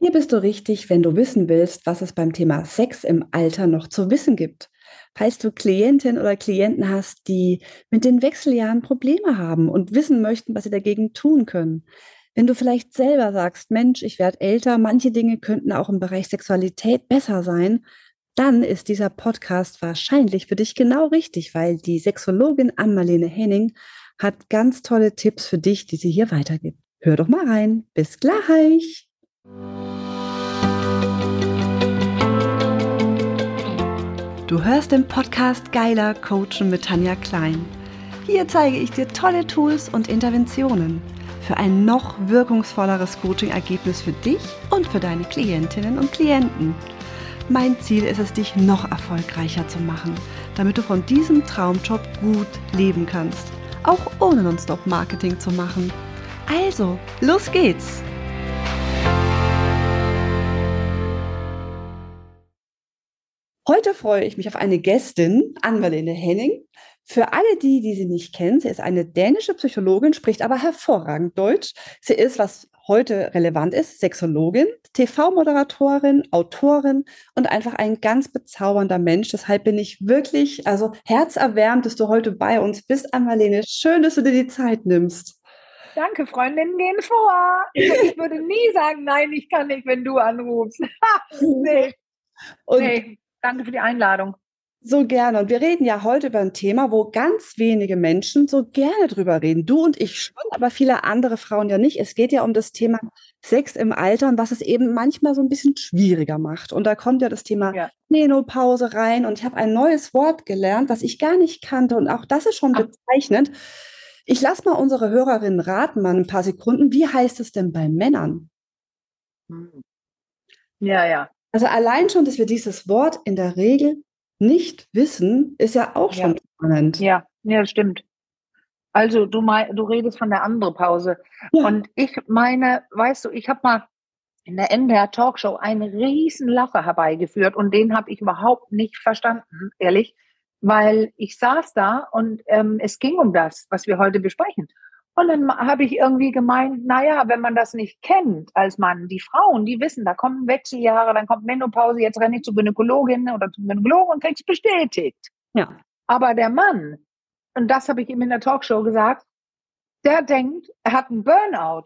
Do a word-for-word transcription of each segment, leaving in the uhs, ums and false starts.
Hier bist du richtig, wenn du wissen willst, was es beim Thema Sex im Alter noch zu wissen gibt. Falls du Klientinnen oder Klienten hast, die mit den Wechseljahren Probleme haben und wissen möchten, was sie dagegen tun können. Wenn du vielleicht selber sagst, Mensch, ich werde älter, manche Dinge könnten auch im Bereich Sexualität besser sein, dann ist dieser Podcast wahrscheinlich für dich genau richtig, weil die Sexologin Anmalene Henning hat ganz tolle Tipps für dich, die sie hier weitergibt. Hör doch mal rein. Bis gleich. Du hörst den Podcast Geiler Coachen mit Tanja Klein. Hier zeige ich dir tolle Tools und Interventionen für ein noch wirkungsvolleres Coaching-Ergebnis für dich und für deine Klientinnen und Klienten. Mein Ziel ist es, dich noch erfolgreicher zu machen, damit du von diesem Traumjob gut leben kannst, auch ohne Nonstop-Marketing zu machen. Also, los geht's! Heute freue ich mich auf eine Gästin, Anmalene Henning. Für alle die, die sie nicht kennen, sie ist eine dänische Psychologin, spricht aber hervorragend Deutsch. Sie ist, was heute relevant ist, Sexologin, T V-Moderatorin, Autorin und einfach ein ganz bezaubernder Mensch. Deshalb bin ich wirklich, also herzerwärmt, dass du heute bei uns bist, Anmalene. Schön, dass du dir die Zeit nimmst. Danke, Freundinnen gehen vor. Ich würde nie sagen, nein, ich kann nicht, wenn du anrufst. nee. Und nee, danke für die Einladung. So gerne. Und wir reden ja heute über ein Thema, wo ganz wenige Menschen so gerne drüber reden. Du und ich schon, aber viele andere Frauen ja nicht. Es geht ja um das Thema Sex im Alter und was es eben manchmal so ein bisschen schwieriger macht. Und da kommt ja das Thema Ja. Menopause rein. Und ich habe ein neues Wort gelernt, was ich gar nicht kannte. Und auch das ist schon Ach. bezeichnend. Ich lasse mal unsere Hörerinnen raten, mal ein paar Sekunden. Wie heißt es denn bei Männern? Ja, ja. Also allein schon, dass wir dieses Wort in der Regel nicht wissen, ist ja auch Ja. schon spannend. Ja, ja, das stimmt. Also du, mein, du redest von der Andropause. Ja. Und ich meine, weißt du, ich habe mal in der N D R Talkshow einen riesen Lacher herbeigeführt und den habe ich überhaupt nicht verstanden, ehrlich, weil ich saß da und ähm, es ging um das, was wir heute besprechen. Und dann habe ich irgendwie gemeint, naja, wenn man das nicht kennt als Mann, die Frauen, die wissen, da kommen Wechseljahre, dann kommt Menopause, jetzt renne ich zur Gynäkologin oder zum Gynäkologen und krieg's bestätigt. Ja. Aber der Mann, und das habe ich ihm in der Talkshow gesagt, der denkt, er hat einen Burnout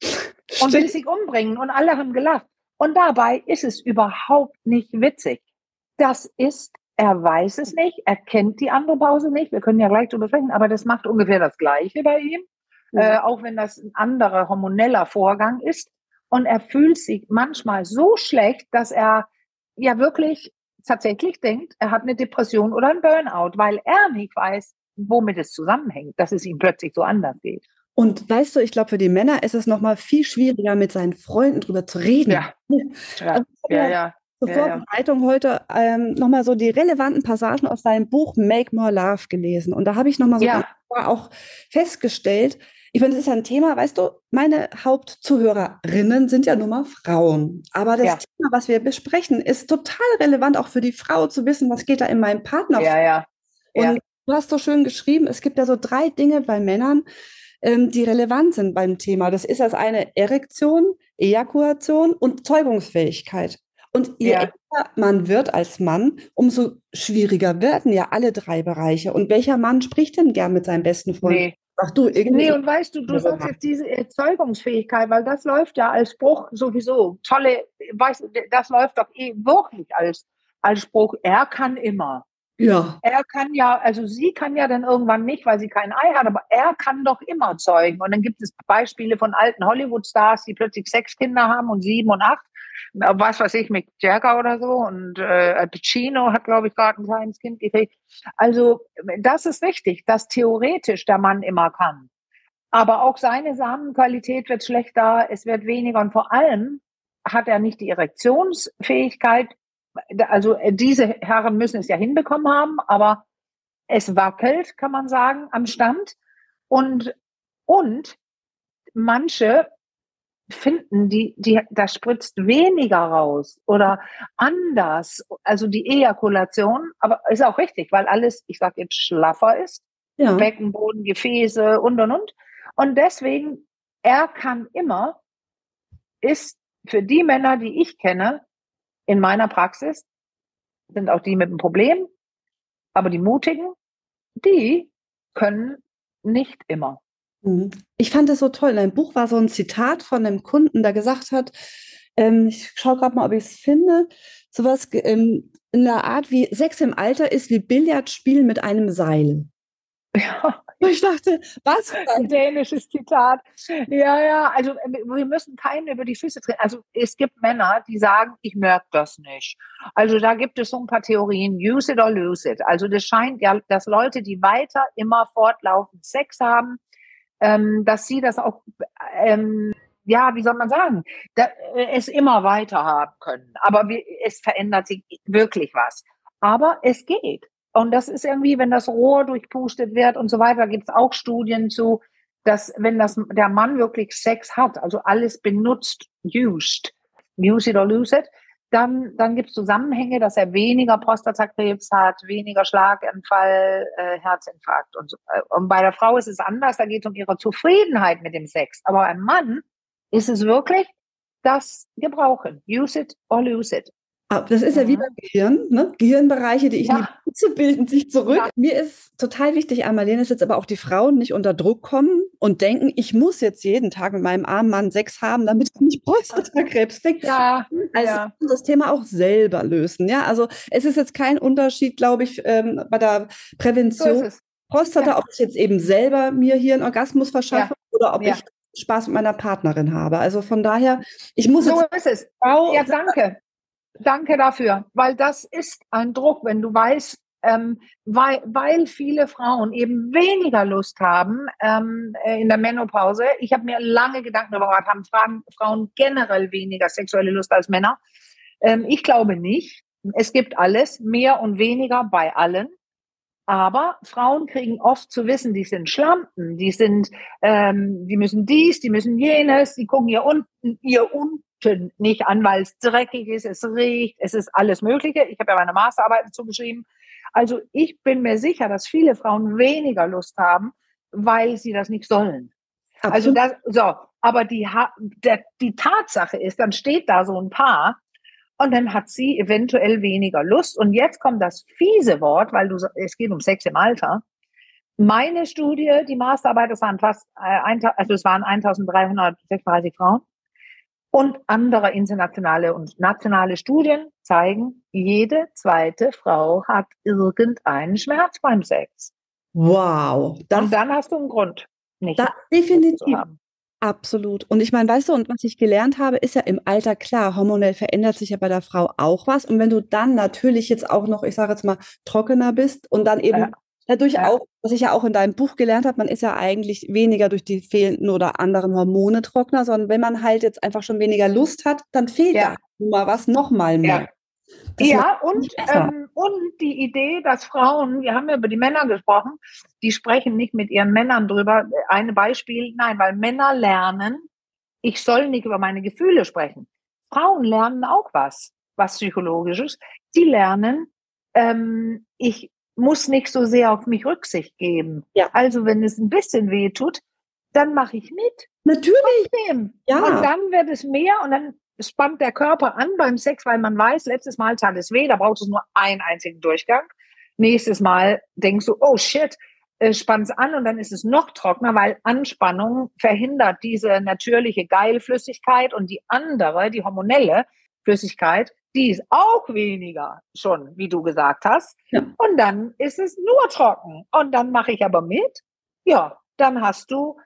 und will sich umbringen und alle haben gelacht. Und dabei ist es überhaupt nicht witzig. Das ist, er weiß es nicht, er kennt die Andropause nicht, wir können ja gleich drüber sprechen, aber das macht ungefähr das Gleiche bei ihm, mhm. äh, auch wenn das ein anderer hormoneller Vorgang ist. Und er fühlt sich manchmal so schlecht, dass er ja wirklich tatsächlich denkt, er hat eine Depression oder ein Burnout, weil er nicht weiß, womit es zusammenhängt, dass es ihm plötzlich so anders geht. Und weißt du, ich glaube, für die Männer ist es noch mal viel schwieriger, mit seinen Freunden drüber zu reden. Ja, ja, also, ja, ja. Zur ja, Vorbereitung ja. heute ähm, noch mal so die relevanten Passagen aus seinem Buch Make More Love gelesen. Und da habe ich noch mal so ja. auch festgestellt, ich meine, das ist ja ein Thema, weißt du, meine Hauptzuhörerinnen sind ja nun mal Frauen. Aber das ja. Thema, was wir besprechen, ist total relevant auch für die Frau zu wissen, was geht da in meinem Partner ja, vor. Ja, Und ja. du hast so schön geschrieben, es gibt ja so drei Dinge bei Männern, ähm, die relevant sind beim Thema. Das ist das eine Erektion, Ejakulation und Zeugungsfähigkeit. Und je Ja. älter man wird als Mann, umso schwieriger werden ja alle drei Bereiche. Und welcher Mann spricht denn gern mit seinem besten Freund? Nee. Ach du, irgendwie. Nee, und weißt du, du sagst jetzt diese Erzeugungsfähigkeit, weil das läuft ja als Spruch sowieso. Tolle, weißt du, das läuft doch eh wirklich als, als Spruch. Er kann immer. Ja. Er kann ja, also sie kann ja dann irgendwann nicht, weil sie kein Ei hat, aber er kann doch immer zeugen. Und dann gibt es Beispiele von alten Hollywood-Stars, die plötzlich sechs Kinder haben und sieben und acht. Was weiß ich, Mick Jagger oder so. Und äh, Pacino hat, glaube ich, gerade ein kleines Kind gekriegt. Also das ist richtig, dass theoretisch der Mann immer kann. Aber auch seine Samenqualität wird schlechter, es wird weniger und vor allem hat er nicht die Erektionsfähigkeit. Also diese Herren müssen es ja hinbekommen haben, aber es wackelt, kann man sagen, am Stand. Und, und manche finden, die, die, da spritzt weniger raus oder anders, also die Ejakulation, aber ist auch richtig, weil alles, ich sage jetzt, schlaffer ist, Ja. Beckenboden, Gefäße und und und. Und deswegen, er kann immer, ist für die Männer, die ich kenne, in meiner Praxis, sind auch die mit dem Problem, aber die Mutigen, die können nicht immer. Mhm. Ich fand das so toll. In einem Buch war so ein Zitat von einem Kunden, der gesagt hat, ähm, ich schaue gerade mal, ob ich es finde, sowas ähm, in der Art wie Sex im Alter ist wie Billardspielen mit einem Seil. Ja. Und ich dachte, was für ein dänisches Zitat. Ja, ja, also wir müssen keinen über die Füße treten. Also es gibt Männer, die sagen, ich merke das nicht. Also da gibt es so ein paar Theorien, use it or lose it. Also das scheint ja, dass Leute, die weiter immer fortlaufend Sex haben, ähm, dass sie das auch, ähm, ja, wie soll man sagen, da, äh, es immer weiter haben können. Aber wir, es verändert sich wirklich was. Aber es geht. Und das ist irgendwie, wenn das Rohr durchpustet wird und so weiter, gibt es auch Studien zu, dass wenn das, der Mann wirklich Sex hat, also alles benutzt, used, use it or lose it, dann, dann gibt es Zusammenhänge, dass er weniger Prostatakrebs hat, weniger Schlaganfall, äh, Herzinfarkt. Und, so. Und bei der Frau ist es anders, da geht es um ihre Zufriedenheit mit dem Sex. Aber beim Mann ist es wirklich das Gebrauchen. Use it or lose it. Das ist ja wie beim Gehirn, ne? Gehirnbereiche, die ich Ja. nie benutze, bilden sich zurück. Ja. Mir ist total wichtig, Marlene, dass jetzt aber auch die Frauen nicht unter Druck kommen und denken, ich muss jetzt jeden Tag mit meinem armen Mann Sex haben, damit ich nicht Prostatakrebs kriege. Ja, also ja. das Thema auch selber lösen. Ja, also es ist jetzt kein Unterschied, glaube ich, ähm, bei der Prävention. So ist es. Prostata, Ja. ob ich jetzt eben selber mir hier einen Orgasmus verschaffe Ja. oder ob Ja. ich Spaß mit meiner Partnerin habe. Also von daher, ich muss so jetzt ist es. Ja, danke. Danke dafür, weil das ist ein Druck, wenn du weißt, ähm, weil, weil viele Frauen eben weniger Lust haben ähm, in der Menopause. Ich habe mir lange Gedanken darüber gemacht, haben Frauen, Frauen generell weniger sexuelle Lust als Männer? Ähm, ich glaube nicht. Es gibt alles, mehr und weniger bei allen. Aber Frauen kriegen oft zu wissen, die sind Schlampen, die sind, ähm, die müssen dies, die müssen jenes, die gucken ihr unten, ihr unten nicht an, weil es dreckig ist, es riecht, es ist alles Mögliche. Ich habe ja meine Masterarbeit dazu geschrieben. Also ich bin mir sicher, dass viele Frauen weniger Lust haben, weil sie das nicht sollen. Absolut. Also das, so, aber die, der, die Tatsache ist, dann steht da so ein Paar, und dann hat sie eventuell weniger Lust. Und jetzt kommt das fiese Wort, weil du, es geht um Sex im Alter. Meine Studie, die Masterarbeit, das waren fast, äh, also es waren eintausenddreihundertsechsunddreißig Frauen. Und andere internationale und nationale Studien zeigen, jede zweite Frau hat irgendeinen Schmerz beim Sex. Wow. Das, und dann hast du einen Grund, nicht da, definitiv. zu haben. Absolut. Und ich meine, weißt du, und was ich gelernt habe, ist ja im Alter klar, hormonell verändert sich ja bei der Frau auch was. Und wenn du dann natürlich jetzt auch noch, ich sage jetzt mal, trockener bist und dann eben ja. dadurch ja. auch, was ich ja auch in deinem Buch gelernt habe, man ist ja eigentlich weniger durch die fehlenden oder anderen Hormone trockener, sondern wenn man halt jetzt einfach schon weniger Lust hat, dann fehlt ja. da mal was nochmal mehr. Ja. Das ja, und, ähm, und die Idee, dass Frauen, wir haben ja über die Männer gesprochen, die sprechen nicht mit ihren Männern drüber. Ein Beispiel, nein, weil Männer lernen, ich soll nicht über meine Gefühle sprechen. Frauen lernen auch was, was Psychologisches. Die lernen, ähm, ich muss nicht so sehr auf mich Rücksicht geben. Ja. Also wenn es ein bisschen weh tut, dann mache ich mit. Natürlich. Trotzdem. Ja. Und dann wird es mehr und dann spannt der Körper an beim Sex, weil man weiß, letztes Mal tat es weh, da braucht es nur einen einzigen Durchgang. Nächstes Mal denkst du, oh shit, äh, spannt es an und dann ist es noch trockener, weil Anspannung verhindert diese natürliche Geilflüssigkeit und die andere, die hormonelle Flüssigkeit, die ist auch weniger schon, wie du gesagt hast. Ja. Und dann ist es nur trocken. Und dann mache ich aber mit. Ja, dann hast du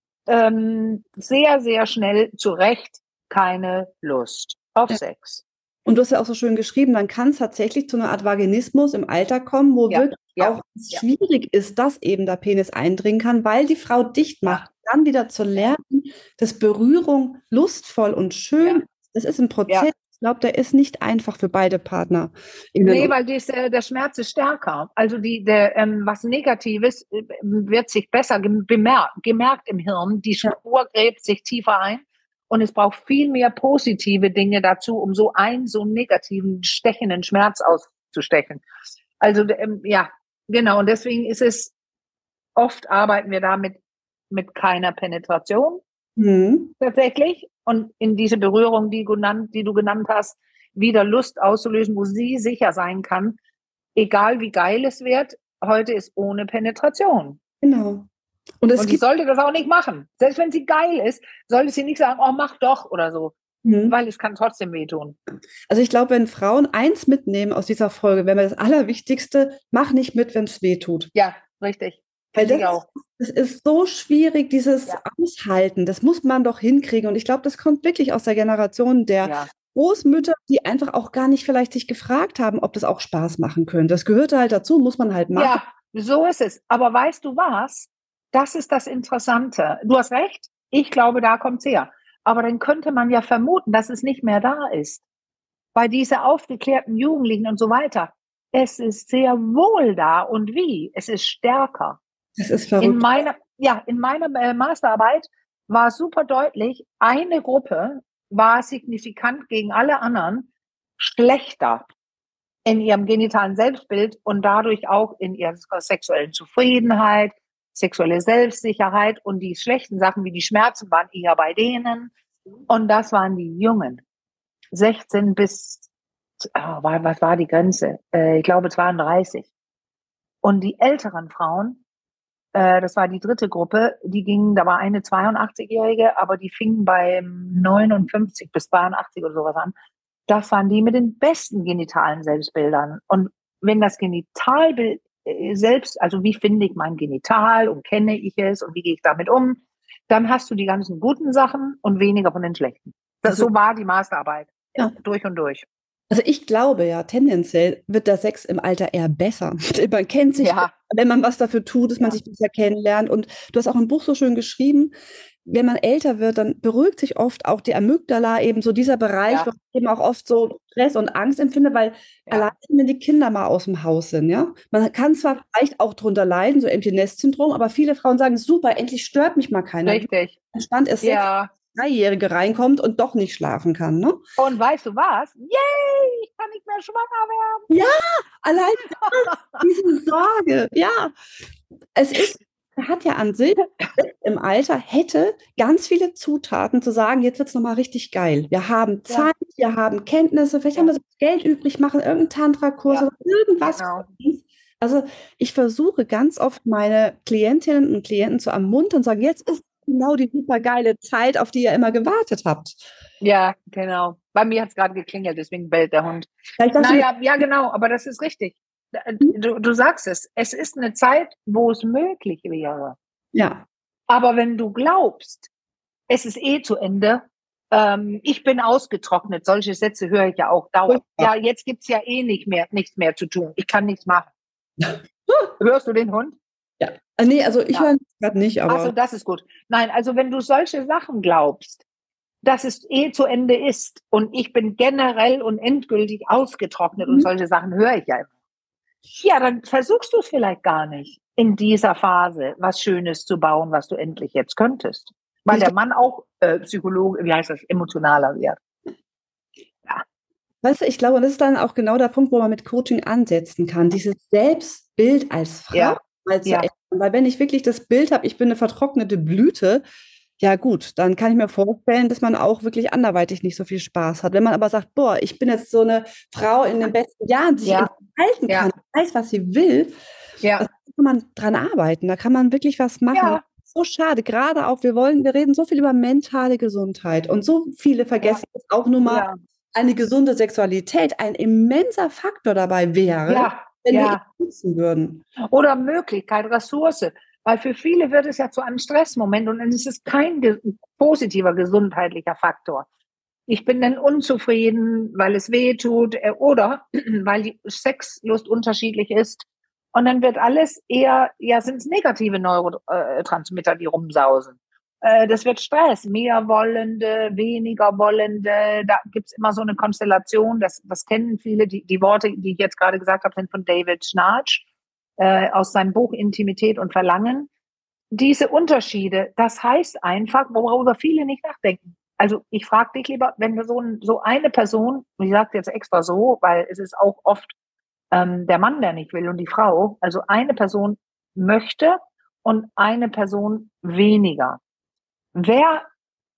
ähm, sehr, sehr schnell zu Recht keine Lust auf ja. Sex. Und du hast ja auch so schön geschrieben, dann kann es tatsächlich zu einer Art Vaginismus im Alter kommen, wo ja, wirklich ja, auch ja. schwierig ist, dass eben der Penis eindringen kann, weil die Frau dicht macht. Ja. Dann wieder zu lernen, dass Berührung lustvoll und schön ist. Das ist ein Prozess, ja. ich glaube, der ist nicht einfach für beide Partner. Nee, weil dies, äh, der Schmerz ist stärker. Also die, der, ähm, was Negatives äh, wird sich besser gemerkt, gemerkt im Hirn. Die Spur gräbt sich tiefer ein. Und es braucht viel mehr positive Dinge dazu, um so einen so negativen, stechenden Schmerz auszustechen. Also ähm, ja, genau. Und deswegen ist es, oft arbeiten wir damit mit keiner Penetration. Mhm. Tatsächlich. und in diese Berührung, die, genannt, die du genannt hast, wieder Lust auszulösen, wo sie sicher sein kann, egal wie geil es wird, heute ist ohne Penetration. Genau. Und es Und sie gibt, sollte das auch nicht machen. Selbst wenn sie geil ist, sollte sie nicht sagen, oh, mach doch oder so. Mhm. Weil es kann trotzdem wehtun. Also ich glaube, wenn Frauen eins mitnehmen aus dieser Folge, wäre mir das Allerwichtigste, mach nicht mit, wenn es weh tut. Ja, richtig. Weil Finde das, ich auch. das ist so schwierig, dieses Ja. Aushalten. Das muss man doch hinkriegen. Und ich glaube, das kommt wirklich aus der Generation der Ja. Großmütter, die einfach auch gar nicht vielleicht sich gefragt haben, ob das auch Spaß machen könnte. Das gehörte halt dazu, muss man halt machen. Ja, so ist es. Aber weißt du was? Das ist das Interessante. Du hast recht. Ich glaube, da kommt es her. Aber dann könnte man ja vermuten, dass es nicht mehr da ist. Bei diesen aufgeklärten Jugendlichen und so weiter. Es ist sehr wohl da. Und wie? Es ist stärker. Das ist verrückt. In meiner, ja, in meiner äh, Masterarbeit war super deutlich, eine Gruppe war signifikant gegen alle anderen schlechter in ihrem genitalen Selbstbild und dadurch auch in ihrer sexuellen Zufriedenheit, sexuelle Selbstsicherheit, und die schlechten Sachen wie die Schmerzen waren eher bei denen. Und das waren die Jungen. sechzehn bis, oh, was war die Grenze? Äh, ich glaube zweiunddreißig. Und die älteren Frauen, äh, das war die dritte Gruppe, die gingen, da war eine zweiundachtzig-Jährige, aber die fingen bei neunundfünfzig bis zweiundachtzig oder sowas an. Das waren die mit den besten genitalen Selbstbildern. Und wenn das Genitalbild äh, selbst, also wie finde ich mein Genital und kenne ich es und wie gehe ich damit um, dann hast du die ganzen guten Sachen und weniger von den schlechten. Das, Also, so war die Masterarbeit. ja. Durch und durch. Also ich glaube ja, tendenziell wird der Sex im Alter eher besser. Man kennt sich, Ja. wenn man was dafür tut, dass man Ja. sich besser kennenlernt. Und du hast auch im Buch so schön geschrieben, wenn man älter wird, dann beruhigt sich oft auch die Amygdala, eben so dieser Bereich, Ja. wo ich eben auch oft so Stress und Angst empfinde, weil Ja. allein wenn die Kinder mal aus dem Haus sind, ja. Man kann zwar vielleicht auch drunter leiden, so Empty Nest Syndrom, aber viele Frauen sagen, super, endlich stört mich mal keiner. Richtig. Stand ist sechs, Ja. Dreijährige reinkommt und doch nicht schlafen kann, ne? Und weißt du was? Yay, ich kann nicht mehr schwanger werden. Ja, allein das, diese Sorge. Ja, es ist, er hat ja an sich im Alter, hätte ganz viele Zutaten zu sagen, jetzt wird es nochmal richtig geil. Wir haben Zeit, Ja. wir haben Kenntnisse, vielleicht Ja. haben wir so Geld übrig, machen irgendeinen Tantra-Kurs Ja. oder irgendwas. Genau. Also ich versuche ganz oft meine Klientinnen und Klienten zu ermuntern und sagen, jetzt ist genau die super geile Zeit, auf die ihr immer gewartet habt. Ja, genau. Bei mir hat es gerade geklingelt, deswegen bellt der Hund. Vielleicht sagst du, Naja, ja, genau, aber das ist richtig. Du, du sagst es, es ist eine Zeit, wo es möglich wäre. ja, Aber wenn du glaubst, es ist eh zu Ende, ähm, ich bin ausgetrocknet, solche Sätze höre ich ja auch dauernd. Ja, jetzt gibt's ja eh nicht mehr, nichts mehr zu tun. Ich kann nichts machen. Hörst du den Hund? ja. Äh, nee, also ich Ja. höre gerade nicht, aber Also das ist gut. Nein, also wenn du solche Sachen glaubst, dass es eh zu Ende ist und ich bin generell und endgültig ausgetrocknet Mhm. und solche Sachen höre ich ja immer. Ja, dann versuchst du es vielleicht gar nicht in dieser Phase, was Schönes zu bauen, was du endlich jetzt könntest. Weil der Mann auch äh, Psychologe, wie heißt das, emotionaler wird. weißt du, ich glaube, das ist dann auch genau der Punkt, wo man mit Coaching ansetzen kann. Dieses Selbstbild als Frau Ja. mal zu Ja. ändern. Weil wenn ich wirklich das Bild habe, ich bin eine vertrocknete Blüte, ja gut, dann kann ich mir vorstellen, dass man auch wirklich anderweitig nicht so viel Spaß hat. Wenn man aber sagt, boah, ich bin jetzt so eine Frau in den besten Jahren, die sich Ja. entfalten Ja. kann, weiß, was sie will, Ja. da kann man dran arbeiten, da kann man wirklich was machen. Ja. So schade, gerade auch, wir wollen, wir reden so viel über mentale Gesundheit und so viele vergessen jetzt auch nur mal Ja. eine gesunde Sexualität ein immenser Faktor dabei wäre, Ja. wenn wir Ja. ihn nutzen würden. Oder Möglichkeit, Ressource. Weil für viele wird es ja zu einem Stressmoment und dann ist es kein ge positiver gesundheitlicher Faktor. Ich bin dann unzufrieden, weil es weh tut äh, oder weil die Sexlust unterschiedlich ist. Und dann wird alles eher, ja, sind es negative Neurotransmitter, die rumsausen. Äh, das wird Stress, mehr Wollende, weniger Wollende. Da gibt's immer so eine Konstellation, das, das kennen viele. Die, die Worte, die ich jetzt gerade gesagt habe, sind von David Schnarch äh, aus seinem Buch Intimität und Verlangen. Diese Unterschiede, das heißt einfach, worüber viele nicht nachdenken. Also ich frage dich lieber, wenn wir so, ein, so eine Person, ich sage jetzt extra so, weil es ist auch oft ähm, der Mann, der nicht will und die Frau, also eine Person möchte und eine Person weniger. Wer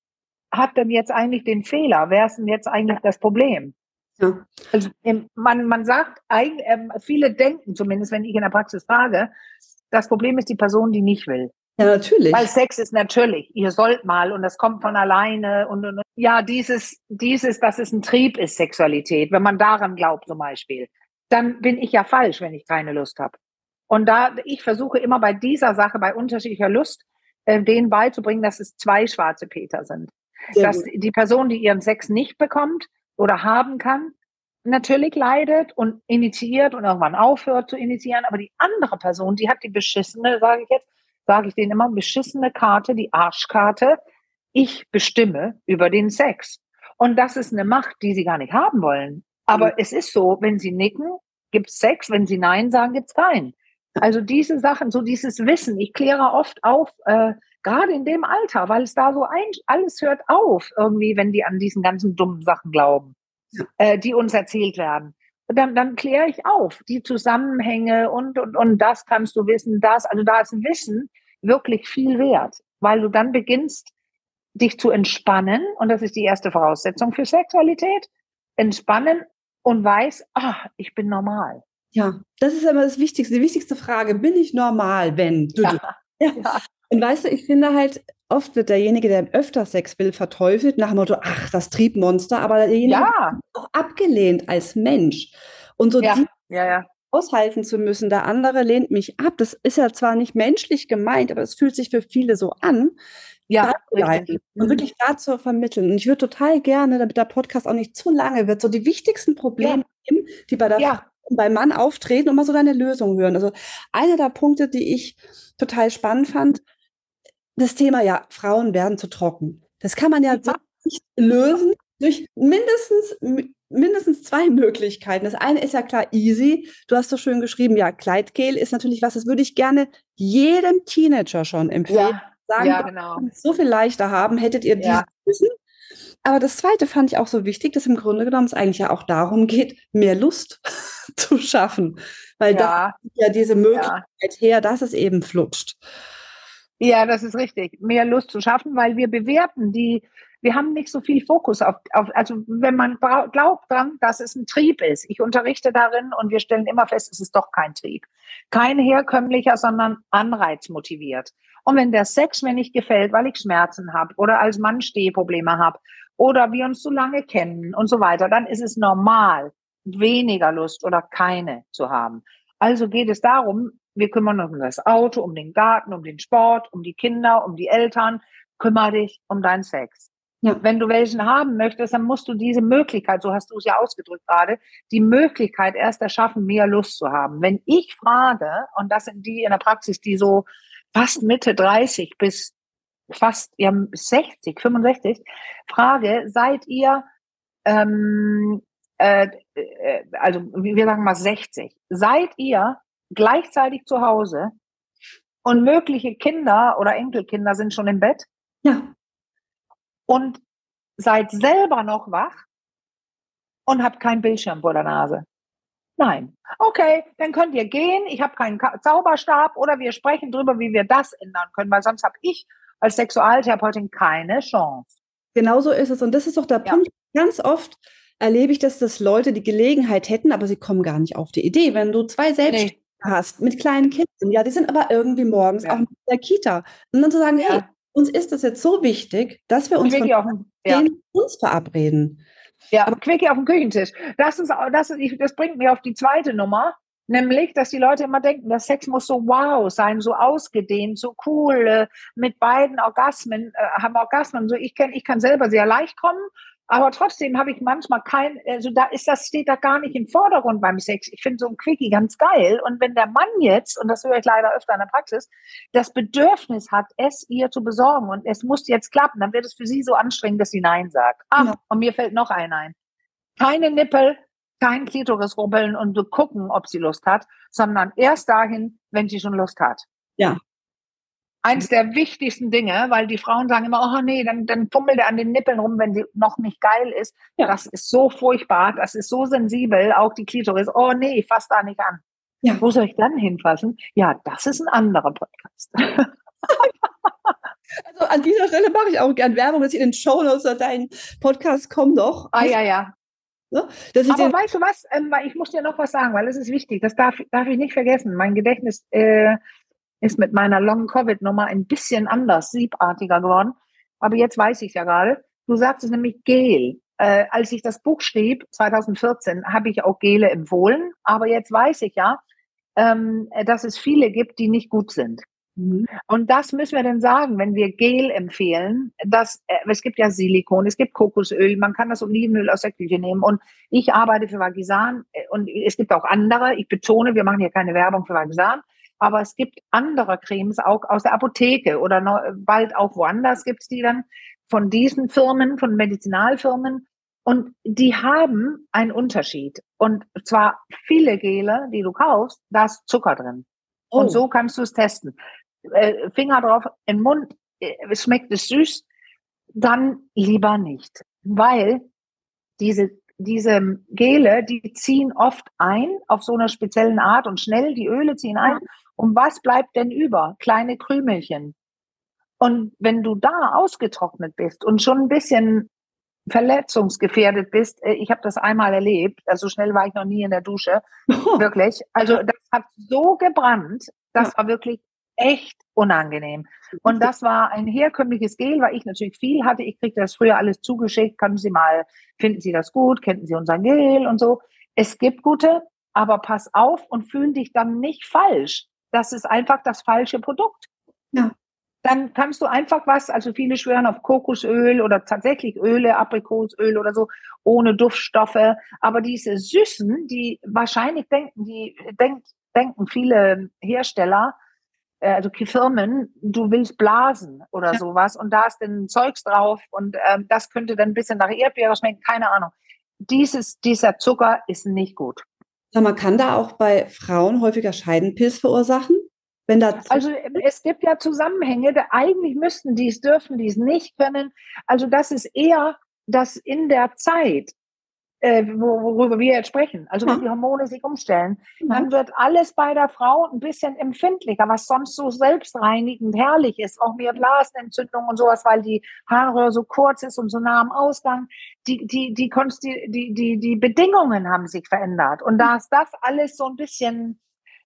hat denn jetzt eigentlich den Fehler? Wer ist denn jetzt eigentlich das Problem? Ja. Also man, man sagt, ähm, viele denken zumindest, wenn ich in der Praxis frage, das Problem ist die Person, die nicht will. Ja, natürlich. Weil Sex ist natürlich, ihr sollt mal und das kommt von alleine und, und ja, dieses, dieses, dass es ein Trieb ist, Sexualität, wenn man daran glaubt zum Beispiel, dann bin ich ja falsch, wenn ich keine Lust habe. Und da, ich versuche immer bei dieser Sache, bei unterschiedlicher Lust, äh, denen beizubringen, dass es zwei schwarze Peter sind. Sehr Dass gut. die Person, die ihren Sex nicht bekommt oder haben kann, natürlich leidet und initiiert und irgendwann aufhört zu initiieren, aber die andere Person, die hat die beschissene, sage ich jetzt, sage ich denen immer, beschissene Karte, die Arschkarte. Ich bestimme über den Sex. Und das ist eine Macht, die sie gar nicht haben wollen. Aber mhm. es ist so, wenn sie nicken, gibt's Sex, wenn sie Nein sagen, gibt's keinen. Also diese Sachen, so dieses Wissen, ich kläre oft auf, äh, gerade in dem Alter, weil es da so ein, alles hört auf, irgendwie, wenn die an diesen ganzen dummen Sachen glauben, ja. äh, die uns erzählt werden. Dann, dann kläre ich auf, die Zusammenhänge und, und, und das kannst du wissen, das, also da ist Wissen wirklich viel wert, weil du dann beginnst, dich zu entspannen und das ist die erste Voraussetzung für Sexualität, entspannen und weiß, ah, ich bin normal. Ja, das ist immer das Wichtigste, die wichtigste Frage, bin ich normal, wenn? Du, ja. du. Ja. Ja. Und weißt du, ich finde halt, oft wird derjenige, der öfter Sex will, verteufelt nach dem Motto, ach, das Triebmonster, aber derjenige ja. wird auch abgelehnt als Mensch. Und so ja. die ja, ja. aushalten zu müssen, der andere lehnt mich ab, das ist ja zwar nicht menschlich gemeint, aber es fühlt sich für viele so an. Ja, richtig. Und wirklich dazu vermitteln. Und ich würde total gerne, damit der Podcast auch nicht zu lange wird, so die wichtigsten Probleme ja. nehmen, die bei der ja. Frau und beim Mann auftreten und mal so deine Lösung hören. Also einer der Punkte, die ich total spannend fand, das Thema, ja, Frauen werden zu trocken. Das kann man ja, ja. so nicht lösen durch mindestens, mindestens zwei Möglichkeiten. Das eine ist ja klar easy. Du hast so schön geschrieben, ja, Kleidgel ist natürlich was, das würde ich gerne jedem Teenager schon empfehlen. Ja. Sagen, ja, genau. so viel leichter haben, hättet ihr dieses ja. Wissen. Aber das Zweite fand ich auch so wichtig, dass im Grunde genommen es eigentlich ja auch darum geht, mehr Lust zu schaffen. Weil ja. da ist ja diese Möglichkeit ja. her, dass es eben flutscht. Ja, das ist richtig. Mehr Lust zu schaffen, weil wir bewerten die, wir haben nicht so viel Fokus auf, auf also wenn man glaubt dran, dass es ein Trieb ist. Ich unterrichte darin und wir stellen immer fest, es ist doch kein Trieb. Kein herkömmlicher, sondern anreizmotiviert. Und wenn der Sex mir nicht gefällt, weil ich Schmerzen habe oder als Mann Stehprobleme habe oder wir uns so lange kennen und so weiter, dann ist es normal, weniger Lust oder keine zu haben. Also geht es darum, wir kümmern uns um das Auto, um den Garten, um den Sport, um die Kinder, um die Eltern. Kümmere dich um deinen Sex. Ja. Wenn du welchen haben möchtest, dann musst du diese Möglichkeit, so hast du es ja ausgedrückt gerade, die Möglichkeit erst erschaffen, mehr Lust zu haben. Wenn ich frage, und das sind die in der Praxis, die so fast Mitte dreißig bis fast ja, sechzig, fünfundsechzig, frage, seid ihr, ähm, äh, äh, also wir sagen mal sechzig, seid ihr gleichzeitig zu Hause und mögliche Kinder oder Enkelkinder sind schon im Bett? Ja. Und seid selber noch wach und habt keinen Bildschirm vor der Nase? Nein. Okay, dann könnt ihr gehen, ich habe keinen Zauberstab oder wir sprechen drüber, wie wir das ändern können, weil sonst habe ich als Sexualtherapeutin keine Chance. Genau so ist es und das ist doch der ja. Punkt. Ganz oft erlebe ich, dass das Leute die Gelegenheit hätten, aber sie kommen gar nicht auf die Idee. Wenn du zwei Selbstständige nee. hast mit kleinen Kindern, ja, die sind aber irgendwie morgens ja. auch in der Kita. Und dann zu sagen, ja. hey, uns ist das jetzt so wichtig, dass wir uns Quickie von auf, ja. uns verabreden. Ja, aber Quickie auf dem Küchentisch. Das, ist, das, ist, das bringt mich auf die zweite Nummer, nämlich, dass die Leute immer denken, der Sex muss so wow sein, so ausgedehnt, so cool, äh, mit beiden Orgasmen, äh, haben Orgasmen. So, ich, kenn, ich kann selber sehr leicht kommen, aber trotzdem habe ich manchmal kein, also da ist das, steht da gar nicht im Vordergrund beim Sex. Ich finde so ein Quickie ganz geil. Und wenn der Mann jetzt, und das höre ich leider öfter in der Praxis, das Bedürfnis hat, es ihr zu besorgen und es muss jetzt klappen, dann wird es für sie so anstrengend, dass sie Nein sagt. Ach, ja. Und mir fällt noch ein ein. Keine Nippel, kein Klitoris rubbeln und so gucken, ob sie Lust hat, sondern erst dahin, wenn sie schon Lust hat. Ja. Eins der wichtigsten Dinge, weil die Frauen sagen immer, oh nee, dann, dann fummelt er an den Nippeln rum, wenn sie noch nicht geil ist. Ja. Das ist so furchtbar, das ist so sensibel, auch die Klitoris. Oh nee, ich fasse da nicht an. Ja. Wo soll ich dann hinfassen? Ja, das ist ein anderer Podcast. Also an dieser Stelle mache ich auch gern Werbung, dass ich in den Shownotes oder deinen Podcast komme noch. Ah, ja, ja. Ne? Dass ich Aber den, weißt du was? Ähm, weil ich muss dir noch was sagen, weil es ist wichtig. Das darf, darf ich nicht vergessen. Mein Gedächtnis äh, ist mit meiner Long-Covid-Nummer ein bisschen anders, siebartiger geworden. Aber jetzt weiß ich es ja gerade. Du sagst es nämlich Gel. Äh, als ich das Buch schrieb, zwanzig vierzehn, habe ich auch Gele empfohlen. Aber jetzt weiß ich ja, ähm, dass es viele gibt, die nicht gut sind. Mhm. Und das müssen wir dann sagen, wenn wir Gel empfehlen, dass, äh, es gibt ja Silikon, es gibt Kokosöl, man kann das Olivenöl aus der Küche nehmen. Und ich arbeite für Vagisan äh, und es gibt auch andere. Ich betone, wir machen hier keine Werbung für Vagisan, aber es gibt andere Cremes auch aus der Apotheke oder noch, bald auch woanders gibt es die dann von diesen Firmen, von Medizinalfirmen. Und die haben einen Unterschied. Und zwar viele Gele, die du kaufst, da ist Zucker drin. Und oh, so kannst du es testen. Äh, Finger drauf, in den Mund, äh, schmeckt es süß, dann lieber nicht. Weil diese, diese Gele, die ziehen oft ein auf so einer speziellen Art und schnell, die Öle ziehen ein. Und was bleibt denn über? Kleine Krümelchen. Und wenn du da ausgetrocknet bist und schon ein bisschen verletzungsgefährdet bist, äh, ich habe das einmal erlebt, also so schnell war ich noch nie in der Dusche, wirklich. Also das hat so gebrannt, ja. das war wirklich echt unangenehm. Und das war ein herkömmliches Gel, weil ich natürlich viel hatte. Ich kriegte das früher alles zugeschickt. Können Sie mal, finden Sie das gut? Kennen Sie unser Gel und so? Es gibt gute, aber pass auf und fühl dich dann nicht falsch. Das ist einfach das falsche Produkt. Ja. Dann kannst du einfach was, also viele schwören auf Kokosöl oder tatsächlich Öle, Aprikosöl oder so, ohne Duftstoffe. Aber diese Süßen, die wahrscheinlich denken, die denkt, denken viele Hersteller, äh, also Firmen, du willst blasen oder Ja. sowas und da ist dann Zeugs drauf und ähm, das könnte dann ein bisschen nach Erdbeere schmecken, keine Ahnung. Dieses, dieser Zucker ist nicht gut. Sag mal, kann da auch bei Frauen häufiger Scheidenpilz verursachen? Wenn da Also es gibt ja Zusammenhänge, da eigentlich müssten die es, dürfen die es nicht können. Also das ist eher das in der Zeit, äh, worüber wir jetzt sprechen. Also wenn ja, die Hormone sich umstellen, ja. dann wird alles bei der Frau ein bisschen empfindlicher, was sonst so selbstreinigend herrlich ist. Auch mehr Blasenentzündung und sowas, weil die Harnröhre so kurz ist und so nah am Ausgang. Die, die, die, die, die, die Bedingungen haben sich verändert. Und da ist das alles so ein bisschen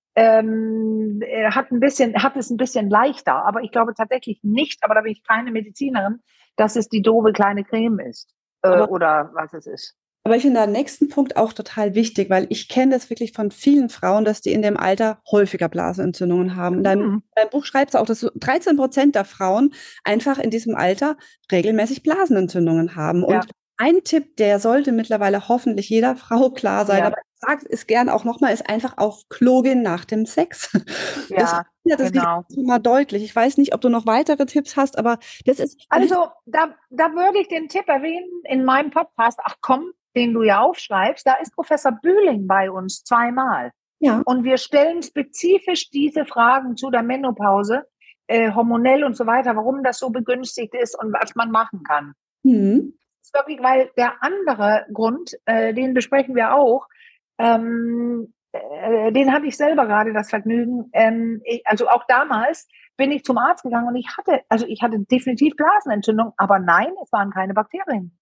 ähm, hat ein bisschen, hat es ein bisschen leichter, aber ich glaube tatsächlich nicht, aber da bin ich keine Medizinerin, dass es die doofe kleine Creme ist äh, Aber, oder was es ist. aber ich finde den nächsten Punkt auch total wichtig, weil ich kenne das wirklich von vielen Frauen, dass die in dem Alter häufiger Blasenentzündungen haben. In deinem, Mhm. deinem Buch schreibst du auch, dass so dreizehn Prozent der Frauen einfach in diesem Alter regelmäßig Blasenentzündungen haben. Und Ja, ein Tipp, der sollte mittlerweile hoffentlich jeder Frau klar sein, ja, aber ich sage es gern auch nochmal, ist einfach auf Klo gehen nach dem Sex. Das, ja, ja, das Risiko genau. ist schon mal deutlich. Ich weiß nicht, ob du noch weitere Tipps hast, aber das ist, Also da, da würde ich den Tipp erwähnen in meinem Podcast, ach komm, den du ja aufschreibst, da ist Professor Bühling bei uns zweimal. ja. Und wir stellen spezifisch diese Fragen zu der Menopause, äh, hormonell und so weiter, warum das so begünstigt ist und was man machen kann. Hm. Das ist wirklich, weil der andere Grund, äh, den besprechen wir auch, ähm, äh, den hatte ich selber gerade das Vergnügen. Ähm, ich, also auch damals bin ich zum Arzt gegangen und ich hatte, also ich hatte definitiv Blasenentzündung, aber nein, es waren keine Bakterien.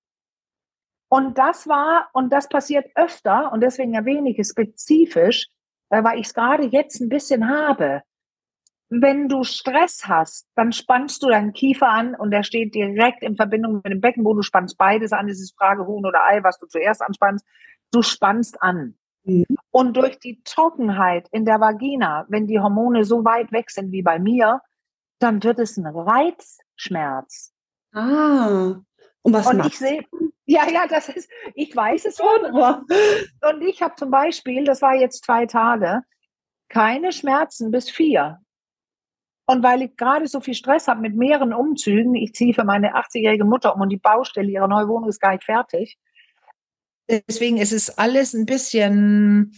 Und das war, und das passiert öfter, und deswegen erwähne ich es spezifisch, äh, weil ich es gerade jetzt ein bisschen habe. Wenn du Stress hast, dann spannst du deinen Kiefer an und der steht direkt in Verbindung mit dem Beckenboden. Du spannst beides an. Es ist Frage Huhn oder Ei, was du zuerst anspannst. Du spannst an. Hm. Und durch die Trockenheit in der Vagina, wenn die Hormone so weit weg sind wie bei mir, dann wird es ein Reizschmerz. Ah, und was Und macht ich sehe, ja, ja, das ist, ich weiß es schon. man? Und ich habe zum Beispiel, das war jetzt zwei Tage, keine Schmerzen bis vier. Und weil ich gerade so viel Stress habe mit mehreren Umzügen, ich ziehe für meine achtzigjährige Mutter um und die Baustelle, ihre neue Wohnung ist gar nicht fertig. Deswegen ist es alles ein bisschen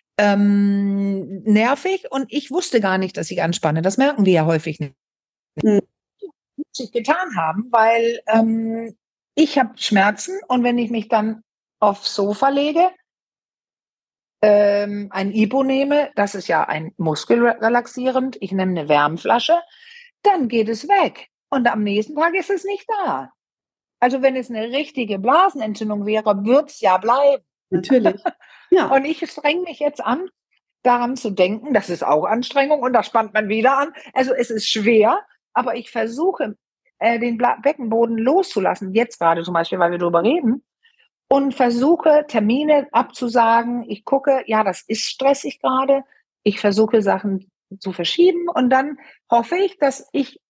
ähm, nervig und ich wusste gar nicht, dass ich anspanne. Das merken die ja häufig nicht. Hm. Muss ich getan haben, weil ähm, ich habe Schmerzen und wenn ich mich dann aufs Sofa lege, ähm, ein Ibo nehme, das ist ja ein muskelrelaxierend, ich nehme eine Wärmflasche, dann geht es weg. und am nächsten Tag ist es nicht da. Also wenn es eine richtige Blasenentzündung wäre, würde es ja bleiben. Natürlich. Ja. Und ich strenge mich jetzt an, daran zu denken, das ist auch Anstrengung und da spannt man wieder an. Also es ist schwer, aber ich versuche, äh, den Bla- Beckenboden loszulassen, jetzt gerade zum Beispiel, weil wir darüber reden, und versuche, Termine abzusagen. Ich gucke, ja, das ist stressig gerade. Ich versuche, Sachen zu verschieben und dann hoffe ich, dass ich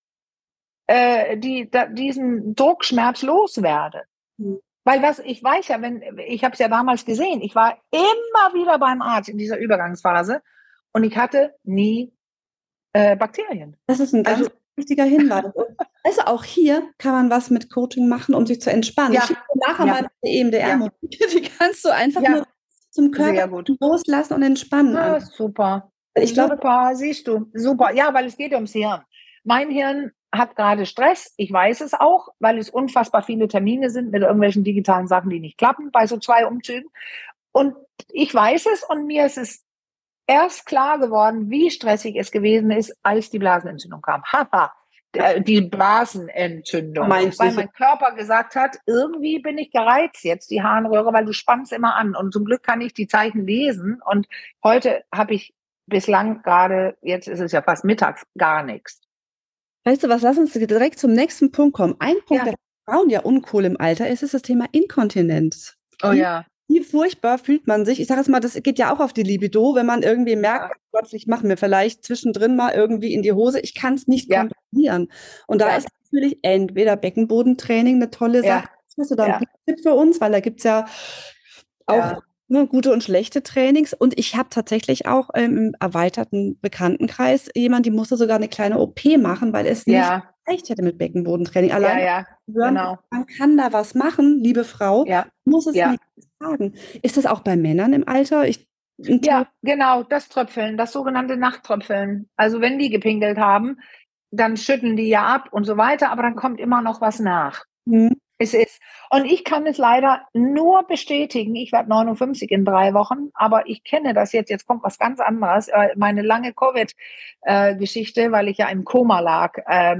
äh, die, da, diesen Druckschmerz loswerde. Mhm. Weil was ich weiß ja, wenn ich habe es ja damals gesehen, ich war immer wieder beim Arzt in dieser Übergangsphase und ich hatte nie äh, Bakterien. Das ist ein ganz Also wichtiger Hinweis. Und also auch hier kann man was mit Coaching machen, um sich zu entspannen. Ich ja, schicke dir nachher ja, mal eine E M D ja, R-Musik. Die kannst du einfach ja, nur zum sehr Körper gut. loslassen und entspannen an. Ah, super, Ich glaube, super, siehst du, super. Ja, weil es geht ums Hirn. Mein Hirn hat gerade Stress. Ich weiß es auch, weil es unfassbar viele Termine sind mit irgendwelchen digitalen Sachen, die nicht klappen bei so zwei Umzügen. Und ich weiß es und mir ist es erst klar geworden, wie stressig es gewesen ist, als die Blasenentzündung kam. Haha, der- die Blasenentzündung. meinst du, Weil mein Körper gesagt hat, irgendwie bin ich gereizt jetzt, die Harnröhre, weil du spannst immer an. Und zum Glück kann ich die Zeichen lesen. Und heute habe ich bislang gerade, jetzt ist es ja fast mittags, gar nichts. weißt du was, lass uns direkt zum nächsten Punkt kommen. Ein Punkt, Ja. der für Frauen ja uncool im Alter ist, ist das Thema Inkontinenz. Oh Wie, ja. wie furchtbar fühlt man sich? Ich sage jetzt mal, das geht ja auch auf die Libido, wenn man irgendwie merkt, Ja. plötzlich machen wir vielleicht zwischendrin mal irgendwie in die Hose. Ich kann es nicht Ja. kontrollieren. Und da Ja. ist natürlich entweder Beckenbodentraining eine tolle Ja. Sache. Hast du da einen Ja. Tipp für uns? Weil da gibt es ja auch Ja. ne, gute und schlechte Trainings. Und ich habe tatsächlich auch ähm, im erweiterten Bekanntenkreis jemand, die musste sogar eine kleine O P machen, weil es nicht Ja. gereicht hätte mit Beckenbodentraining. Ja. Allein Ja. hören, Genau. man kann da was machen, liebe Frau, Ja. muss es Ja. nicht sagen. Ist das auch bei Männern im Alter? Ich, ein Ja, genau, das Tröpfeln, das sogenannte Nachttröpfeln. Also wenn die gepinkelt haben, dann schütteln die ja ab und so weiter, aber dann kommt immer noch was nach. Hm. Es ist, und ich kann es leider nur bestätigen, ich werde neunundfünfzig in drei Wochen, aber ich kenne das jetzt, jetzt kommt was ganz anderes, äh, meine lange Covid-Geschichte, weil ich ja im Koma lag, äh,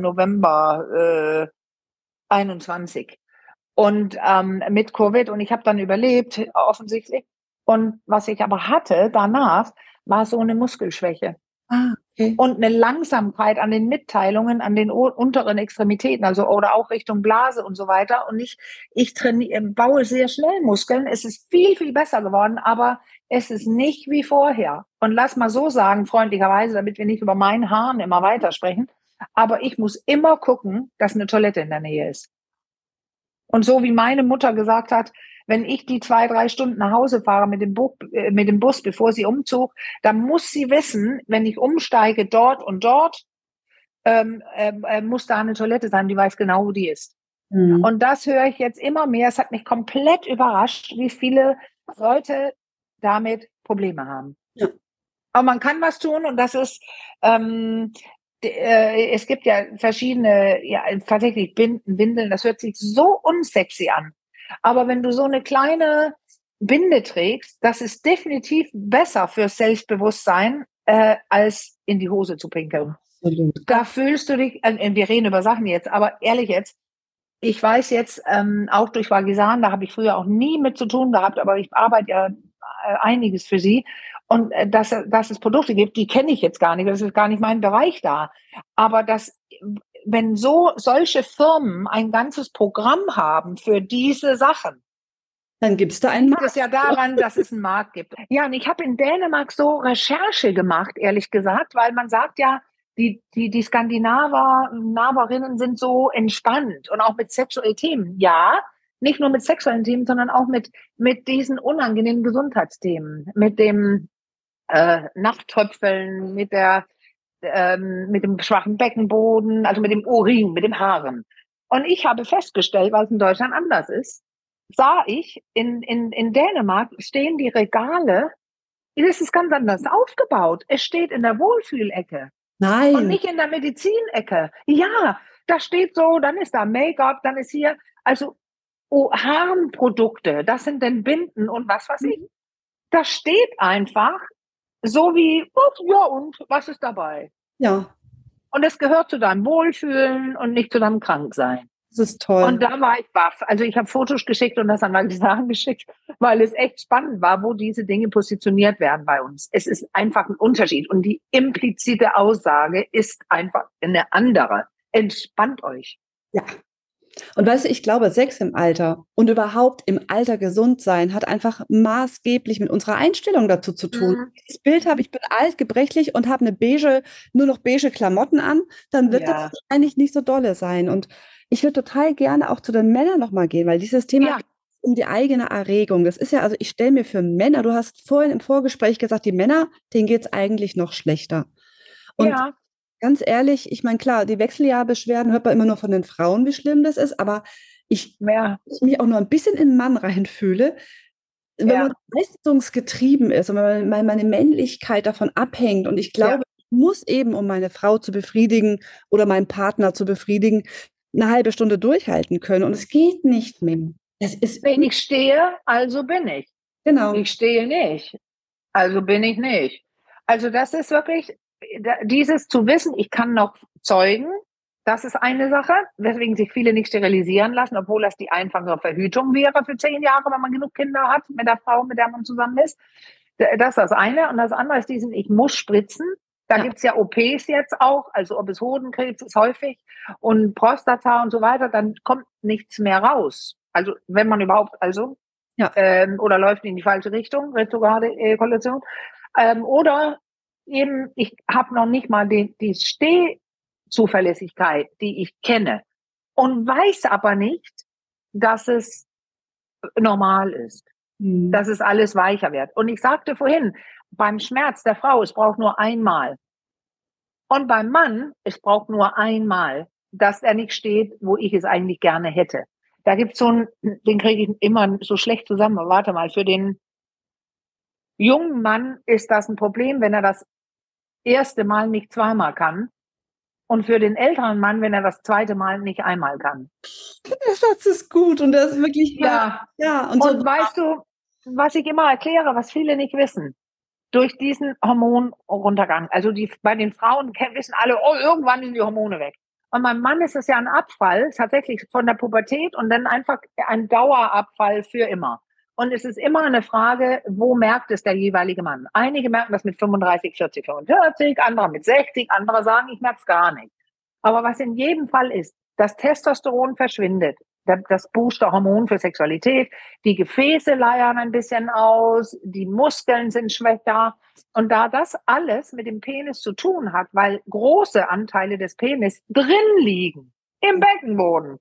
November äh, einundzwanzig und ähm, mit Covid und ich habe dann überlebt, offensichtlich. Und was ich aber hatte danach, war so eine Muskelschwäche Ah, okay. und eine Langsamkeit an den Mitteilungen, an den unteren Extremitäten, also oder auch Richtung Blase und so weiter. Und ich, ich trainiere, baue sehr schnell Muskeln. Es ist viel, viel besser geworden, aber es ist nicht wie vorher. Und lass mal so sagen, freundlicherweise, damit wir nicht über meinen Haaren immer weitersprechen, aber ich muss immer gucken, dass eine Toilette in der Nähe ist. Und so wie meine Mutter gesagt hat, wenn ich die zwei, drei Stunden nach Hause fahre mit dem, Bus, äh, mit dem Bus, bevor sie umzog, dann muss sie wissen, wenn ich umsteige dort und dort, ähm, äh, muss da eine Toilette sein, die weiß genau, wo die ist. Hm. Und das höre ich jetzt immer mehr. Es hat mich komplett überrascht, wie viele Leute damit Probleme haben. Ja. Aber man kann was tun und das ist, ähm, äh, es gibt ja verschiedene, ja, tatsächlich Binden, Windeln, das hört sich so unsexy an. Aber wenn du so eine kleine Binde trägst, das ist definitiv besser fürs Selbstbewusstsein, äh, als in die Hose zu pinkeln. Absolut. Da fühlst du dich, äh, wir reden über Sachen jetzt, aber ehrlich jetzt, ich weiß jetzt, ähm, auch durch Vagisan, da habe ich früher auch nie mit zu tun gehabt, aber ich arbeite ja äh, einiges für sie. Und äh, dass, dass es Produkte gibt, die kenne ich jetzt gar nicht, das ist gar nicht mein Bereich da. Aber dass, wenn so solche Firmen ein ganzes Programm haben für diese Sachen, Dann gibt es da einen liegt Markt. es ja daran, dass es einen Markt gibt. Ja, und ich habe in Dänemark so Recherche gemacht, ehrlich gesagt, weil man sagt ja, die, die, die Skandinaver, Naverinnen sind so entspannt und auch mit sexuellen Themen. Ja, nicht nur mit sexuellen Themen, sondern auch mit, mit diesen unangenehmen Gesundheitsthemen, mit dem äh, Nachttröpfeln, mit der, ähm, mit dem schwachen Beckenboden, also mit dem Urin, mit dem Haaren. Und ich habe festgestellt, weil es in Deutschland anders ist, sah ich, in, in, in Dänemark stehen die Regale, das ist ganz anders aufgebaut. Es steht in der Wohlfühlecke Nein. und nicht in der Medizinecke. Ja, da steht so, dann ist da Make-up, dann ist hier, also oh, Harnprodukte, das sind denn Binden und was weiß ich. Da steht einfach so wie, oh, ja und, was ist dabei? Ja. Und es gehört zu deinem Wohlfühlen und nicht zu deinem Kranksein. Das ist toll. Und da war ich baff. Also ich habe Fotos geschickt und das an Magdalena geschickt, weil es echt spannend war, wo diese Dinge positioniert werden bei uns. Es ist einfach ein Unterschied. Und die implizite Aussage ist einfach eine andere. Entspannt euch. Ja. Und weißt du, ich glaube, Sex im Alter und überhaupt im Alter gesund sein hat einfach maßgeblich mit unserer Einstellung dazu zu tun. Mhm. Das Bild habe, ich bin alt, gebrechlich und habe eine beige, nur noch beige Klamotten an, dann wird Ja. das wahrscheinlich nicht so dolle sein. Und ich würde total gerne auch zu den Männern nochmal gehen, weil dieses Thema Ja. um die eigene Erregung, das ist ja, also ich stelle mir für Männer, du hast vorhin im Vorgespräch gesagt, die Männer, denen geht es eigentlich noch schlechter. Und Ja. ganz ehrlich, ich meine, klar, die Wechseljahrbeschwerden hört man immer nur von den Frauen, wie schlimm das ist, aber ich, Ja. ich mich auch nur ein bisschen in den Mann reinfühle, wenn Ja. man leistungsgetrieben ist und wenn man- meine Männlichkeit davon abhängt und ich glaube, ich muss eben, um meine Frau zu befriedigen oder meinen Partner zu befriedigen, eine halbe Stunde durchhalten können und es geht nicht mehr. Das ist Wenn ich stehe, also bin ich. genau. Ich stehe nicht, also bin ich nicht. Also das ist wirklich, da- dieses zu wissen, ich kann noch zeugen, das ist eine Sache, weswegen sich viele nicht sterilisieren lassen, obwohl das die einfachere Verhütung wäre für zehn Jahre, wenn man genug Kinder hat mit der Frau, mit der man zusammen ist. Das ist das eine. Und das andere ist diesen, ich muss spritzen. Da Ja. gibt's ja O Ps jetzt auch, also ob es Hodenkrebs ist häufig und Prostata und so weiter, dann kommt nichts mehr raus. Also wenn man überhaupt, also Ja. ähm, oder läuft in die falsche Richtung, retrograde Ejakulation. Ähm, oder eben, ich habe noch nicht mal die, die Stehzuverlässigkeit, die ich kenne und weiß aber nicht, dass es normal ist, Hm. dass es alles weicher wird. Und ich sagte vorhin, beim Schmerz der Frau, es braucht nur einmal. Und beim Mann, es braucht nur einmal, dass er nicht steht, wo ich es eigentlich gerne hätte. Da gibt's so einen, den kriege ich immer so schlecht zusammen. Warte mal, für den jungen Mann ist das ein Problem, wenn er das erste Mal nicht zweimal kann. Und für den älteren Mann, wenn er das zweite Mal nicht einmal kann. Der Satz ist gut und der ist wirklich Ja. ja und so Und weißt du, was ich immer erkläre, was viele nicht wissen? Durch diesen Hormonruntergang. Also die, bei den Frauen wissen alle, oh, irgendwann sind die Hormone weg. Und beim Mann ist es ja ein Abfall, tatsächlich von der Pubertät und dann einfach ein Dauerabfall für immer. Und es ist immer eine Frage, wo merkt es der jeweilige Mann? Einige merken das mit fünfunddreißig, vierzig, fünfundvierzig, andere mit sechzig, andere sagen, ich merke es gar nicht. Aber was in jedem Fall ist, das Testosteron verschwindet, das Boosterhormon für Sexualität, die Gefäße leiern ein bisschen aus, die Muskeln sind schwächer. Und da das alles mit dem Penis zu tun hat, weil große Anteile des Penis drin liegen, im Beckenboden,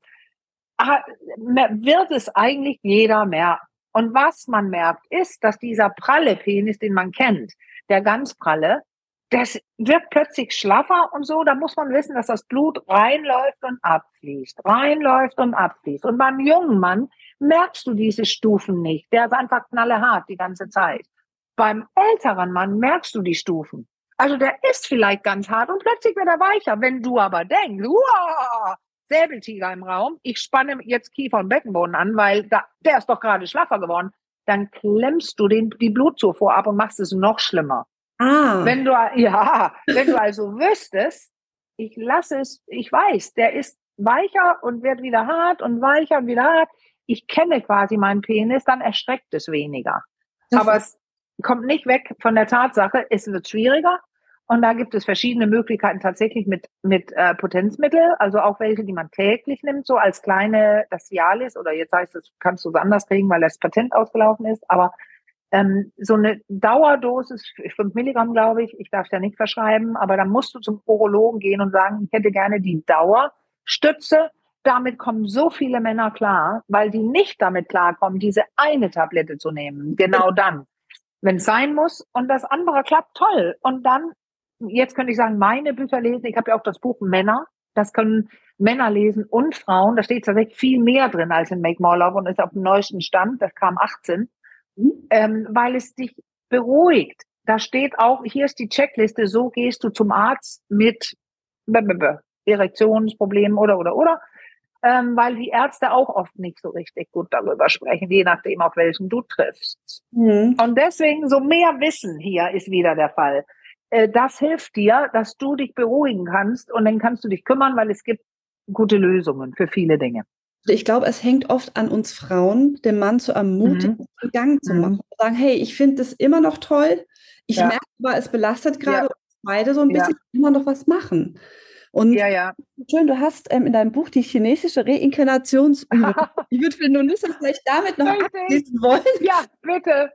wird es eigentlich jeder merken. Und was man merkt, ist, dass dieser pralle Penis, den man kennt, der ganz pralle, das wird plötzlich schlaffer und so. Da muss man wissen, dass das Blut reinläuft und abfließt, reinläuft und abfließt. Und beim jungen Mann merkst du diese Stufen nicht. Der ist einfach knallhart die ganze Zeit. Beim älteren Mann merkst du die Stufen. Also der ist vielleicht ganz hart und plötzlich wird er weicher. Wenn du aber denkst, wow, Säbeltiger im Raum, ich spanne jetzt Kiefer und Beckenboden an, weil da, der ist doch gerade schlaffer geworden, dann klemmst du den, die Blutzufuhr ab und machst es noch schlimmer. Ah. Wenn du, ja, wenn du also wüsstest, ich lasse es, ich weiß, der ist weicher und wird wieder hart und weicher und wieder hart. Ich kenne quasi meinen Penis, dann erschreckt es weniger. Das Aber es kommt nicht weg von der Tatsache, es wird schwieriger. Und da gibt es verschiedene Möglichkeiten tatsächlich mit, mit äh, Potenzmittel, also auch welche, die man täglich nimmt, so als kleine, das Cialis, oder jetzt heißt es, kannst du es anders kriegen, weil das Patent ausgelaufen ist, aber ähm, so eine Dauerdosis, fünf Milligramm, glaube ich, ich darf es ja nicht verschreiben, aber dann musst du zum Urologen gehen und sagen, ich hätte gerne die Dauerstütze. Damit kommen so viele Männer klar, weil die nicht damit klarkommen, diese eine Tablette zu nehmen. Genau dann, wenn es sein muss. Und das andere klappt toll. Und dann, jetzt könnte ich sagen, meine Bücher lesen. Ich habe ja auch das Buch Männer. Das können Männer lesen und Frauen. Da steht tatsächlich viel mehr drin als in Make More Love und ist auf dem neuesten Stand. Das kam achtzehn. Ähm, weil es dich beruhigt. Da steht auch, hier ist die Checkliste, so gehst du zum Arzt mit Erektionsproblemen oder, oder, oder. Ähm, weil die Ärzte auch oft nicht so richtig gut darüber sprechen, je nachdem, auf welchen du triffst. Mhm. Und deswegen, so mehr Wissen hier ist wieder der Fall. äh, das hilft dir, dass du dich beruhigen kannst und dann kannst du dich kümmern, weil es gibt gute Lösungen für viele Dinge. Ich glaube, es hängt oft an uns Frauen, den Mann zu ermutigen, Mhm. in Gang zu machen. Mhm. Sagen, hey, ich finde das immer noch toll. Ich Ja. merke aber, es belastet gerade Ja. uns beide so ein Ja. bisschen, immer noch was machen. Und Ja, ja. schön, du hast ähm, in deinem Buch die chinesische Reinkarnationsübung. Ich würde für Nunissa vielleicht damit noch Richtig. abschließen wollen. Ja, bitte.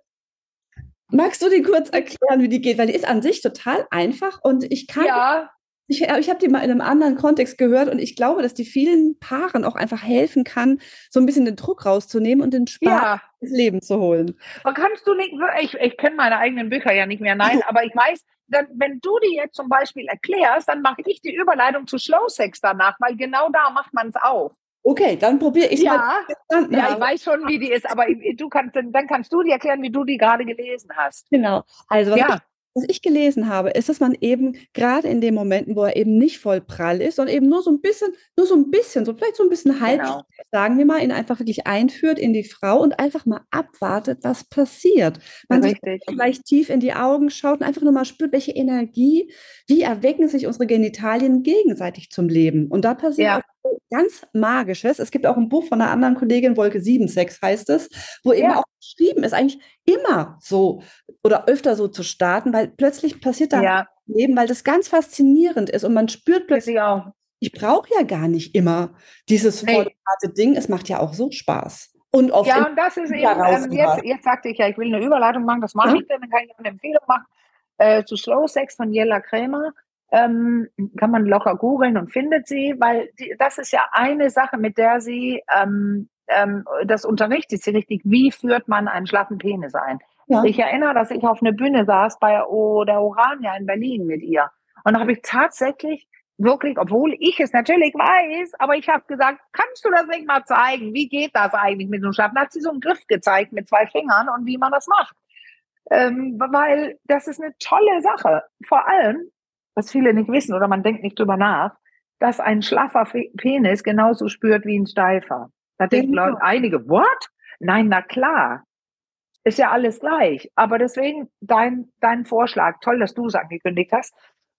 Magst du die kurz erklären, wie die geht? Weil die ist an sich total einfach und ich kann, Ja, ich, ich habe die mal in einem anderen Kontext gehört und ich glaube, dass die vielen Paaren auch einfach helfen kann, so ein bisschen den Druck rauszunehmen und den Spaß ja. ins Leben zu holen. Aber kannst du nicht, ich, ich kenne meine eigenen Bücher ja nicht mehr, nein, aber ich weiß, dann, wenn du die jetzt zum Beispiel erklärst, dann mache ich die Überleitung zu Slow Sex danach, weil genau da macht man es auch. Okay, dann probiere ich es Ja, mal. Verstanden ja, ich habe. weiß schon, wie die ist, aber du kannst, dann kannst du dir erklären, wie du die gerade gelesen hast. Genau. Also, was, Ja. ich, was ich gelesen habe, ist, dass man eben gerade in den Momenten, wo er eben nicht voll prall ist, sondern eben nur so ein bisschen, nur so ein bisschen, so vielleicht so ein bisschen halb, Genau. sagen wir mal, ihn einfach wirklich einführt in die Frau und einfach mal abwartet, was passiert. Man sich Richtig. vielleicht tief in die Augen schaut und einfach nur mal spürt, welche Energie, wie erwecken sich unsere Genitalien gegenseitig zum Leben. Und da passiert Ja. auch ganz Magisches. Es gibt auch ein Buch von einer anderen Kollegin, Wolke sieben Sex heißt es, wo eben Ja. auch beschrieben ist, eigentlich immer so oder öfter so zu starten, weil plötzlich passiert da Ja. im Leben, weil das ganz faszinierend ist und man spürt Weiß plötzlich, ich auch. ich brauche ja gar nicht immer dieses Nee. volle harte Ding, es macht ja auch so Spaß. Und oft Ja, und das ist eben, ähm, jetzt, jetzt sagte ich ja, ich will eine Überleitung machen, das mache Ja. ich dann, dann kann ich eine Empfehlung machen, äh, zu Slow Sex von Jella Krämer. Ähm, kann man locker googeln und findet sie, weil die, das ist ja eine Sache, mit der sie ähm, ähm, das unterrichtet sie richtig, wie führt man einen schlaffen Penis ein. Ja. Ich erinnere, dass ich auf einer Bühne saß bei o, der Orania in Berlin mit ihr und da habe ich tatsächlich wirklich, obwohl ich es natürlich weiß, aber ich habe gesagt, kannst du das nicht mal zeigen? Wie geht das eigentlich mit dem Schlafen? Da hat sie so einen Griff gezeigt mit zwei Fingern und wie man das macht. Ähm, weil das ist eine tolle Sache. Vor allem, was viele nicht wissen oder man denkt nicht drüber nach, dass ein schlaffer Penis genauso spürt wie ein steifer. Da denken Genau. Leute, einige, what? Nein, na klar. Ist ja alles gleich. Aber deswegen dein, dein Vorschlag, toll, dass du es angekündigt hast,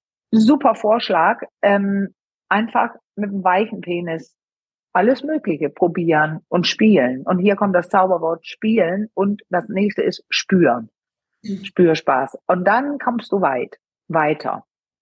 super Vorschlag, ähm, einfach mit einem weichen Penis alles Mögliche probieren und spielen. Und hier kommt das Zauberwort spielen und das nächste ist spüren. Spürspaß. Und dann kommst du weit, weiter.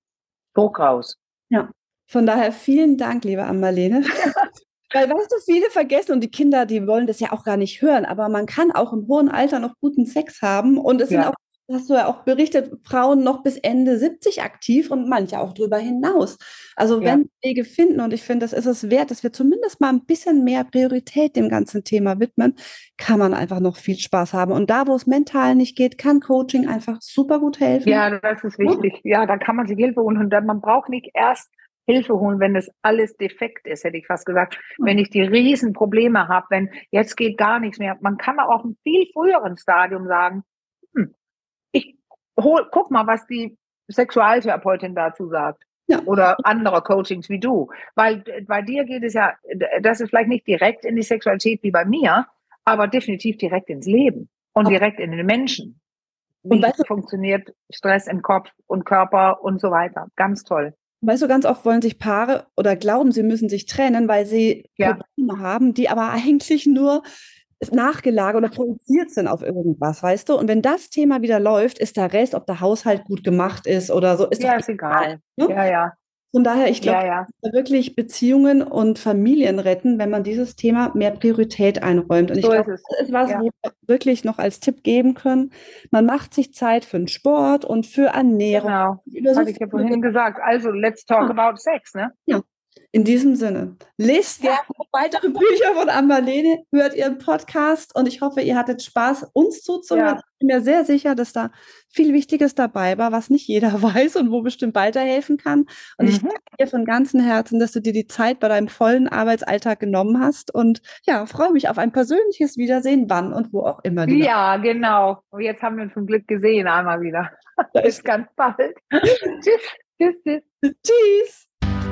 Druck raus. Ja, von daher vielen Dank, liebe Ann-Marlene. Weil, weißt du, viele vergessen und die Kinder, die wollen das ja auch gar nicht hören, aber man kann auch im hohen Alter noch guten Sex haben und es sind Ja. auch, hast du ja auch berichtet, Frauen noch bis Ende siebzig aktiv und manche auch drüber hinaus. Also Ja. wenn wir Wege finden und ich finde, das ist es wert, dass wir zumindest mal ein bisschen mehr Priorität dem ganzen Thema widmen, kann man einfach noch viel Spaß haben. Und da, wo es mental nicht geht, kann Coaching einfach super gut helfen. Ja, das ist wichtig. Ja, da kann man sich Hilfe holen und dann, man braucht nicht erst Hilfe holen, wenn das alles defekt ist, hätte ich fast gesagt. Mhm. Wenn ich die Riesenprobleme habe, wenn jetzt geht gar nichts mehr. Man kann auch auf einem viel früheren Stadium sagen, hm, ich hol, guck mal, was die Sexualtherapeutin dazu sagt. Ja. Oder andere Coachings wie du. Weil bei dir geht es ja, das ist vielleicht nicht direkt in die Sexualität wie bei mir, aber definitiv direkt ins Leben und direkt in den Menschen. Wie Und weißt du, funktioniert Stress im Kopf und Körper und so weiter. Ganz toll. Weißt du, ganz oft wollen sich Paare oder glauben, sie müssen sich trennen, weil sie Ja. Probleme haben, die aber eigentlich nur nachgelagert oder projiziert sind auf irgendwas, weißt du? Und wenn das Thema wieder läuft, ist der Rest, ob der Haushalt gut gemacht ist oder so, ist Ja, doch ist egal. Ne? Ja, ja. Von daher, ich glaube, Ja, ja. wirklich Beziehungen und Familien retten, wenn man dieses Thema mehr Priorität einräumt. Und ich So glaube, ist es. das ist was, Ja. wo wir wirklich noch als Tipp geben können. Man macht sich Zeit für den Sport und für Ernährung. Genau. Über so Hatte ich ja viele vorhin gesagt. Also, let's talk Ja. about sex, ne? Ja, in diesem Sinne. Lest gerne weitere Bücher von Ann-Marlene, hört ihren Podcast und ich hoffe, ihr hattet Spaß, uns zuzuhören. Ja. Ich bin mir sehr sicher, dass da viel Wichtiges dabei war, was nicht jeder weiß und wo bestimmt weiterhelfen kann. Und ich Mhm. danke dir von ganzem Herzen, dass du dir die Zeit bei deinem vollen Arbeitsalltag genommen hast und ja, freue mich auf ein persönliches Wiedersehen, wann und wo auch immer. lieber. Ja, genau. Und jetzt haben wir uns zum Glück gesehen, einmal wieder. Da Bis ist- ganz bald. Tschüss. Tschüss, tschüss. Tschüss!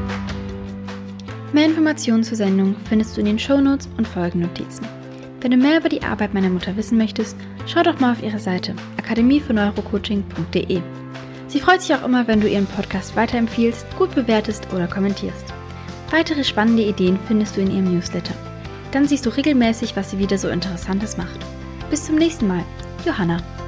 Mehr Informationen zur Sendung findest du in den Shownotes und Folgennotizen. Wenn du mehr über die Arbeit meiner Mutter wissen möchtest, schau doch mal auf ihre Seite akademie für neurocoaching punkt de. Sie freut sich auch immer, wenn du ihren Podcast weiterempfiehlst, gut bewertest oder kommentierst. Weitere spannende Ideen findest du in ihrem Newsletter. Dann siehst du regelmäßig, was sie wieder so Interessantes macht. Bis zum nächsten Mal. Johanna.